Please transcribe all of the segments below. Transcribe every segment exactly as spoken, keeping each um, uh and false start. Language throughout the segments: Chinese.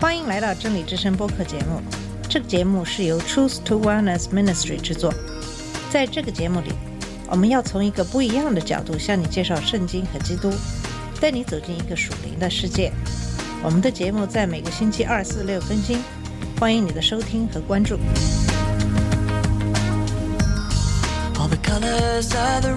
欢迎来到真理之声播客节目。这个节目是由 Truth to Wellness Ministry 制作。在这个节目里，我们要从一个不一样的角度向你介绍圣经和基督，带你走进一个属灵的世界。我们的节目在每个星期二、四、六更新，欢迎你的收听和关注。All the colors of the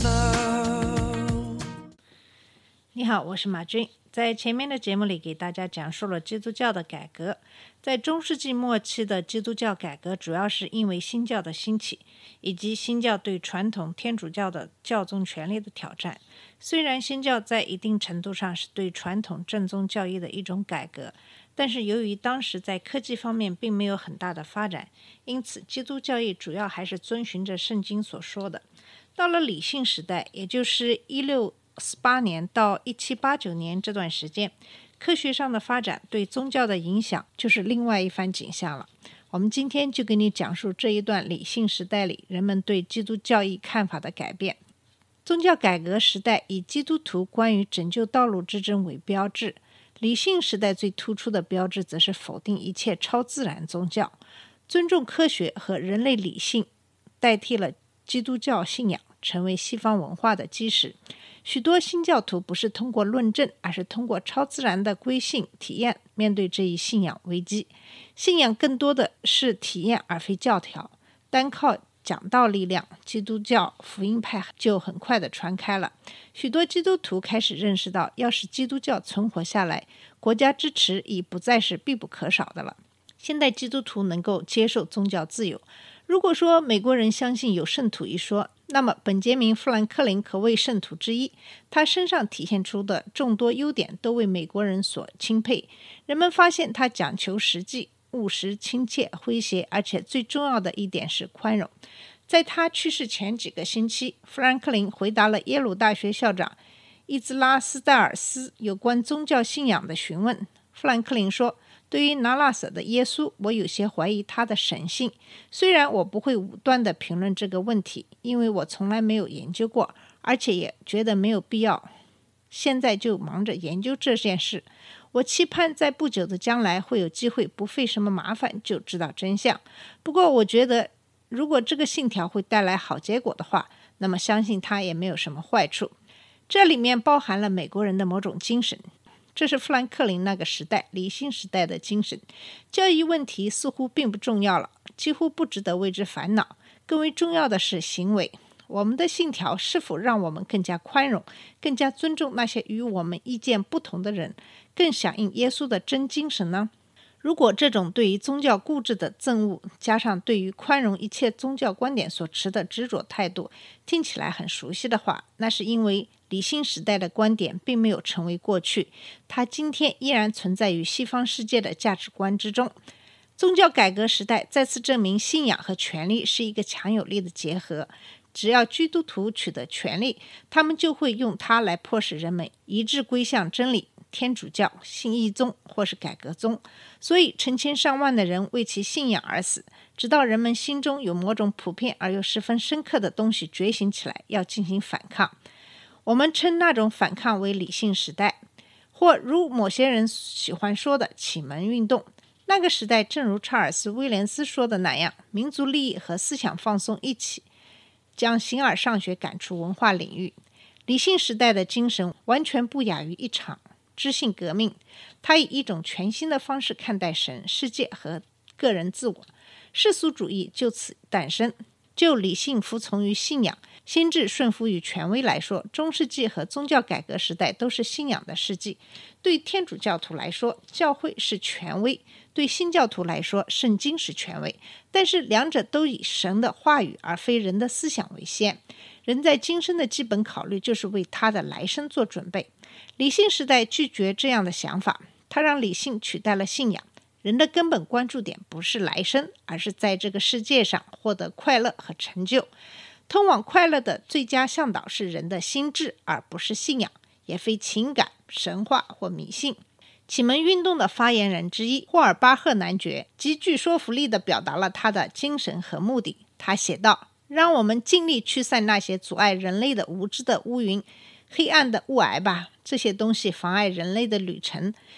rainbow。 你好，我是马军。在前面的节目里给大家讲述了基督教的改革。在中世纪末期的基督教改革主要是因为新教的兴起，以及新教对传统天主教的教宗权力的挑战。虽然新教在一定程度上是对传统正宗教义的一种改革，但是由于当时在科技方面并没有很大的发展，因此基督教义主要还是遵循着圣经所说的。到了理性时代，也就是一六四八年到一七八九年这段时间，科学上的发展对宗教的影响就是另外一番景象了。我们今天就给你讲述这一段理性时代里人们对基督教义看法的改变。宗教改革时代以基督徒关于拯救道路之争为标志，理性时代最突出的标志则是否定一切超自然宗教，尊重科学和人类理性代替了基督教信仰，成为西方文化的基石。许多新教徒不是通过论证，而是通过超自然的归信体验面对这一信仰危机。信仰更多的是体验而非教条，单靠讲道力量，基督教福音派就很快的传开了。许多基督徒开始认识到，要使基督教存活下来，国家支持已不再是必不可少的了。现代基督徒能够接受宗教自由。如果说美国人相信有圣徒一说，那么本杰明·富兰克林可谓圣徒之一。他身上体现出的众多优点都为美国人所钦佩。人们发现他讲求实际、务实、亲切、诙谐，而且最重要的一点是宽容。在他去世前几个星期，富兰克林回答了耶鲁大学校长伊兹拉斯戴尔斯有关宗教信仰的询问。富兰克林说，对于拿撒勒的耶稣，我有些怀疑他的神性。虽然我不会武断地评论这个问题，因为我从来没有研究过，而且也觉得没有必要现在就忙着研究这件事。我期盼在不久的将来会有机会不费什么麻烦就知道真相。不过我觉得如果这个信条会带来好结果的话，那么相信它也没有什么坏处。这里面包含了美国人的某种精神，这是富兰克林那个时代理性时代的精神。教义问题似乎并不重要了，几乎不值得为之烦恼。更为重要的是行为。我们的信条是否让我们更加宽容，更加尊重那些与我们意见不同的人，更响应耶稣的真精神呢？如果这种对于宗教固执的憎恶，加上对于宽容一切宗教观点所持的执着态度，听起来很熟悉的话，那是因为理性时代的观点并没有成为过去，它今天依然存在于西方世界的价值观之中。宗教改革时代再次证明信仰和权力是一个强有力的结合。只要基督徒取得权力，他们就会用它来迫使人们一致归向真理，天主教、信义宗或是改革宗。所以成千上万的人为其信仰而死，直到人们心中有某种普遍而又十分深刻的东西觉醒起来，要进行反抗。我们称那种反抗为理性时代，或如某些人喜欢说的启蒙运动。那个时代正如查尔斯·威廉斯说的那样，民族利益和思想放松一起将形而上学赶出文化领域。理性时代的精神完全不亚于一场知性革命，它以一种全新的方式看待神、世界和个人自我。世俗主义就此诞生。就理性服从于信仰，心智顺服于权威来说，中世纪和宗教改革时代都是信仰的世纪。对天主教徒来说，教会是权威；对新教徒来说，圣经是权威。但是两者都以神的话语而非人的思想为先。人在今生的基本考虑就是为他的来生做准备。理性时代拒绝这样的想法，它让理性取代了信仰。人的根本关注点不是来生，而是在这个世界上获得快乐和成就。通往快乐的最佳向导是人的心智，而不是信仰，也非情感、神话或迷信。启蒙运动的发言人之一霍尔巴赫男爵极具说服力地表达了他的精神和目的。他写道，让我们尽力驱散那些阻碍人类的无知的乌云、黑暗的雾霭吧，这些东西妨碍人类的旅程。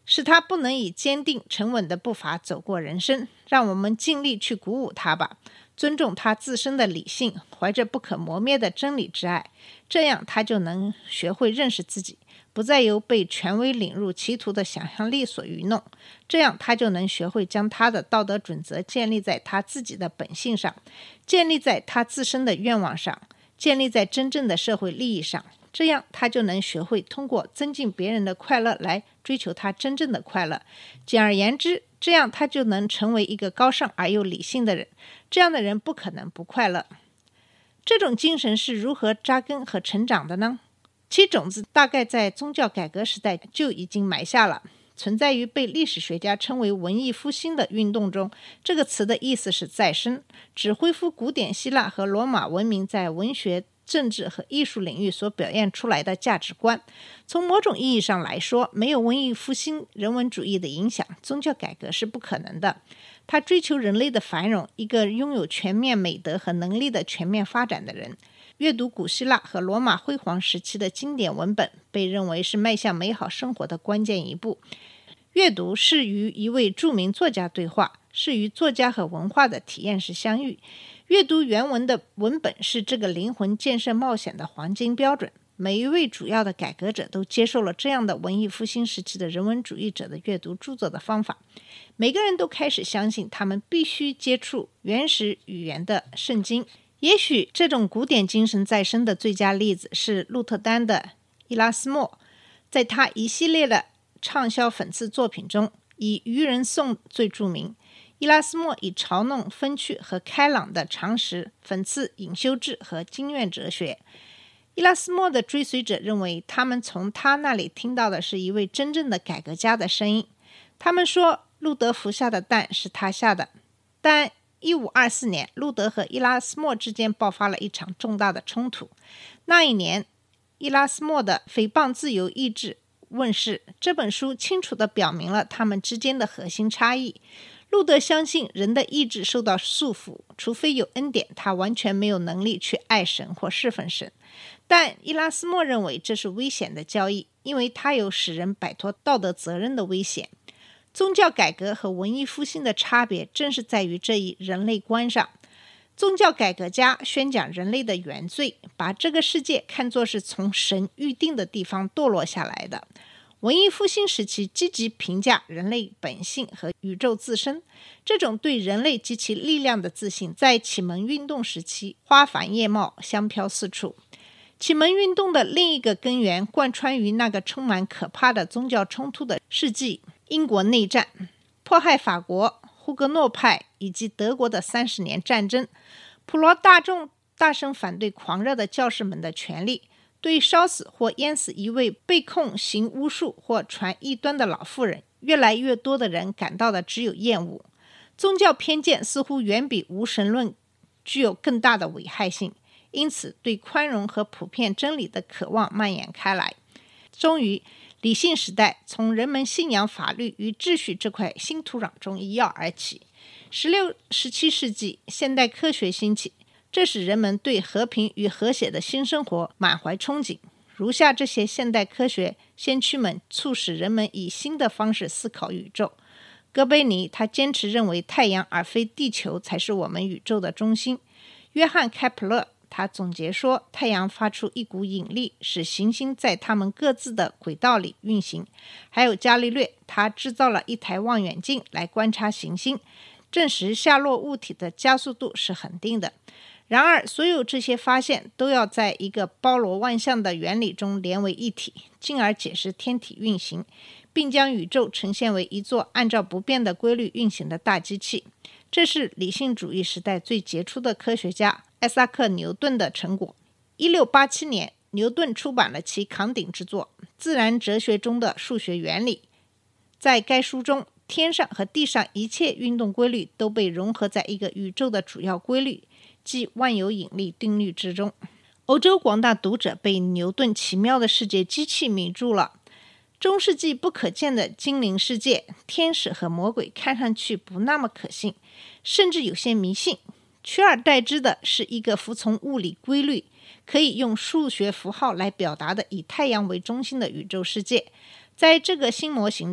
使他不能以坚定沉稳的步伐走过人生。让我们尽力去鼓舞他吧，尊重他自身的理性，怀着不可磨灭的真理之爱，这样他就能学会认识自己，不再由被权威领入歧途的想象力所愚弄，这样他就能学会将他的道德准则建立在他自己的本性上，建立在他自身的愿望上，建立在真正的社会利益上，这样他就能学会通过增进别人的快乐来追求他真正的快乐。简而言之，这样他就能成为一个高尚而又理性的人，这样的人不可能不快乐。这种精神是如何扎根和成长的呢？其种子大概在宗教改革时代就已经埋下了，存在于被历史学家称为文艺复兴的运动中。这个词的意思是再生，指恢复古典希腊和罗马文明在文学、政治和艺术领域所表现出来的价值观。从某种意义上来说，没有文艺复兴人文主义的影响，宗教改革是不可能的。他追求人类的繁荣，一个拥有全面美德和能力的全面发展的人。阅读古希腊和罗马辉煌时期的经典文本，被认为是迈向美好生活的关键一步。阅读是与一位著名作家对话，是与作家和文化的体验式相遇。阅读原文的文本是这个灵魂建设冒险的黄金标准。每一位主要的改革者都接受了这样的文艺复兴时期的人文主义者的阅读著作的方法。每个人都开始相信他们必须接触原始语言的圣经。也许这种古典精神再生的最佳例子是鹿特丹的伊拉斯谟。在他一系列的畅销讽刺作品中，以愚人颂最著名。伊拉斯谟以嘲弄风趣和开朗的常识讽刺隐修制和经验哲学。伊拉斯谟的追随者认为，他们从他那里听到的是一位真正的改革家的声音。他们说，路德服下的蛋是他下的。但一五二四年，路德和伊拉斯谟之间爆发了一场重大的冲突。那一年，伊拉斯谟的《诽谤自由意志》问世，这本书清楚地表明了他们之间的核心差异。路德相信人的意志受到束缚，除非有恩典，他完全没有能力去爱神或侍奉神。但伊拉斯谟认为这是危险的交易，因为它有使人摆脱道德责任的危险。宗教改革和文艺复兴的差别正是在于这一人类观上。宗教改革家宣讲人类的原罪，把这个世界看作是从神预定的地方堕落下来的。文艺复兴时期积极评价人类本性和宇宙自身，这种对人类及其力量的自信在启蒙运动时期花繁叶茂，香飘四处。启蒙运动的另一个根源贯穿于那个充满可怕的宗教冲突的世纪英国内战，迫害法国、胡格诺派以及德国的三十年战争。普罗大众大声反对狂热的教士们的权利，对烧死或淹死一位被控行巫术或传异端的老妇人，越来越多的人感到的只有厌恶。宗教偏见似乎远比无神论具有更大的危害性，因此对宽容和普遍真理的渴望蔓延开来。终于，理性时代从人们信仰法律与秩序这块新土壤中一跃而起。十六、十七世纪，现代科学兴起，这使人们对和平与和谐的新生活满怀憧憬。如下这些现代科学先驱们促使人们以新的方式思考宇宙。哥白尼他坚持认为太阳而非地球才是我们宇宙的中心。约翰开普勒他总结说，太阳发出一股引力，使行星在它们各自的轨道里运行。还有伽利略，他制造了一台望远镜来观察行星，证实下落物体的加速度是恒定的。然而，所有这些发现都要在一个包罗万象的原理中连为一体，进而解释天体运行，并将宇宙呈现为一座按照不变的规律运行的大机器。这是理性主义时代最杰出的科学家艾萨克·牛顿的成果。一六八七年，牛顿出版了其扛鼎之作《自然哲学中的数学原理》。在该书中，天上和地上一切运动规律都被融合在一个宇宙的主要规律，即万有引力定律之中。欧洲广大读者被牛顿奇妙的世界机器迷住了。中世纪不可见的精灵世界，天使和魔鬼看上去不那么可信，甚至有些迷信。取而代之的是一个服从物理规律，可以用数学符号来表达的以太阳为中心的宇宙世界。在这个新模型中，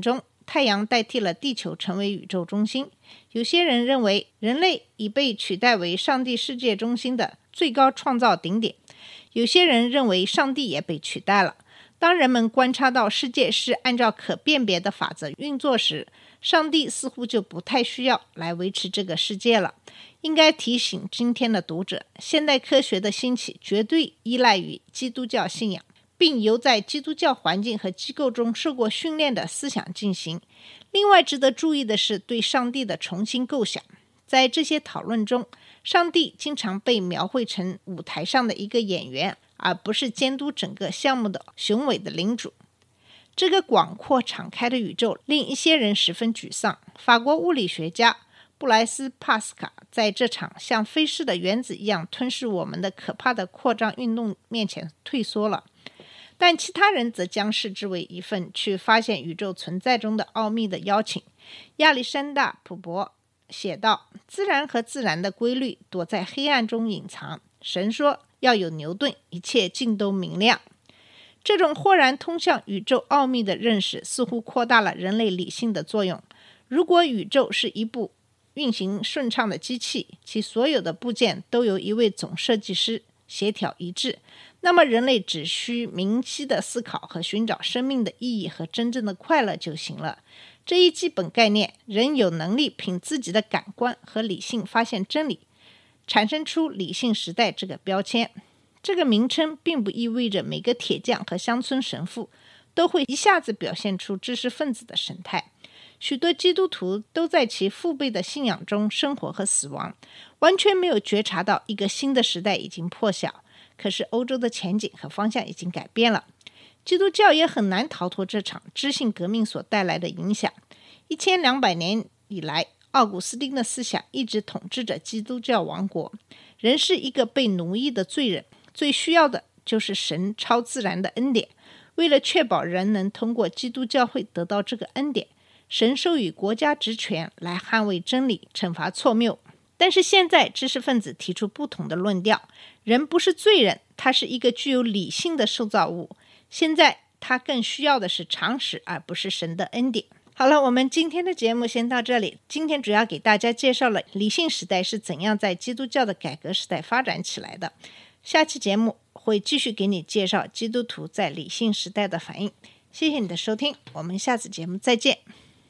太阳代替了地球成为宇宙中心。有些人认为人类已被取代为上帝世界中心的最高创造顶点，有些人认为上帝也被取代了。当人们观察到世界是按照可辨别的法则运作时，上帝似乎就不太需要来维持这个世界了。应该提醒今天的读者，现代科学的兴起绝对依赖于基督教信仰，并由在基督教环境和机构中受过训练的思想进行。另外值得注意的是对上帝的重新构想。在这些讨论中，上帝经常被描绘成舞台上的一个演员，而不是监督整个项目的雄伟的领主。这个广阔敞开的宇宙令一些人十分沮丧。法国物理学家布莱斯帕斯卡在这场像飞逝的原子一样吞噬我们的可怕的扩张运动面前退缩了，但其他人则将视之为一份去发现宇宙存在中的奥秘的邀请。亚历山大·普伯写道，自然和自然的规律躲在黑暗中隐藏，神说要有牛顿，一切尽都明亮。这种豁然通向宇宙奥秘的认识似乎扩大了人类理性的作用。如果宇宙是一部运行顺畅的机器，其所有的部件都由一位总设计师协调一致，那么人类只需明晰的思考和寻找生命的意义和真正的快乐就行了。这一基本概念，人有能力凭自己的感官和理性发现真理，产生出理性时代这个标签。这个名称并不意味着每个铁匠和乡村神父都会一下子表现出知识分子的神态。许多基督徒都在其父辈的信仰中生活和死亡，完全没有觉察到一个新的时代已经破晓。可是欧洲的前景和方向已经改变了，基督教也很难逃脱这场知性革命所带来的影响。一千两百年以来，奥古斯丁的思想一直统治着基督教王国。人是一个被奴役的罪人，最需要的就是神超自然的恩典。为了确保人能通过基督教会得到这个恩典，神授予国家职权来捍卫真理，惩罚错谬。但是现在知识分子提出不同的论调，人不是罪人，他是一个具有理性的受造物。现在他更需要的是常识，而不是神的恩典。好了，我们今天的节目先到这里。今天主要给大家介绍了理性时代是怎样在基督教的改革时代发展起来的。下期节目会继续给你介绍基督徒在理性时代的反应。谢谢你的收听，我们下次节目再见。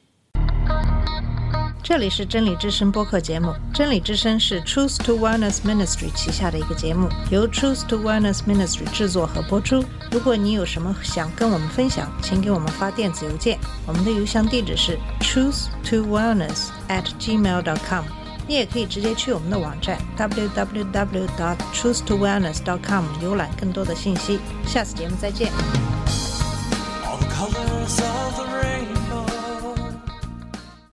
这里是真理之声播客节目，真理之声是 Truth to Wellness Ministry 旗下的一个节目，由 Truth to Wellness Ministry 制作和播出。如果你有什么想跟我们分享，请给我们发电子邮件，我们的邮箱地址是 truth to wellness at gmail dot com。 你也可以直接去我们的网站 double-u double-u double-u dot truth to wellness dot com 浏览更多的信息。下次节目再见。All the colors of the rain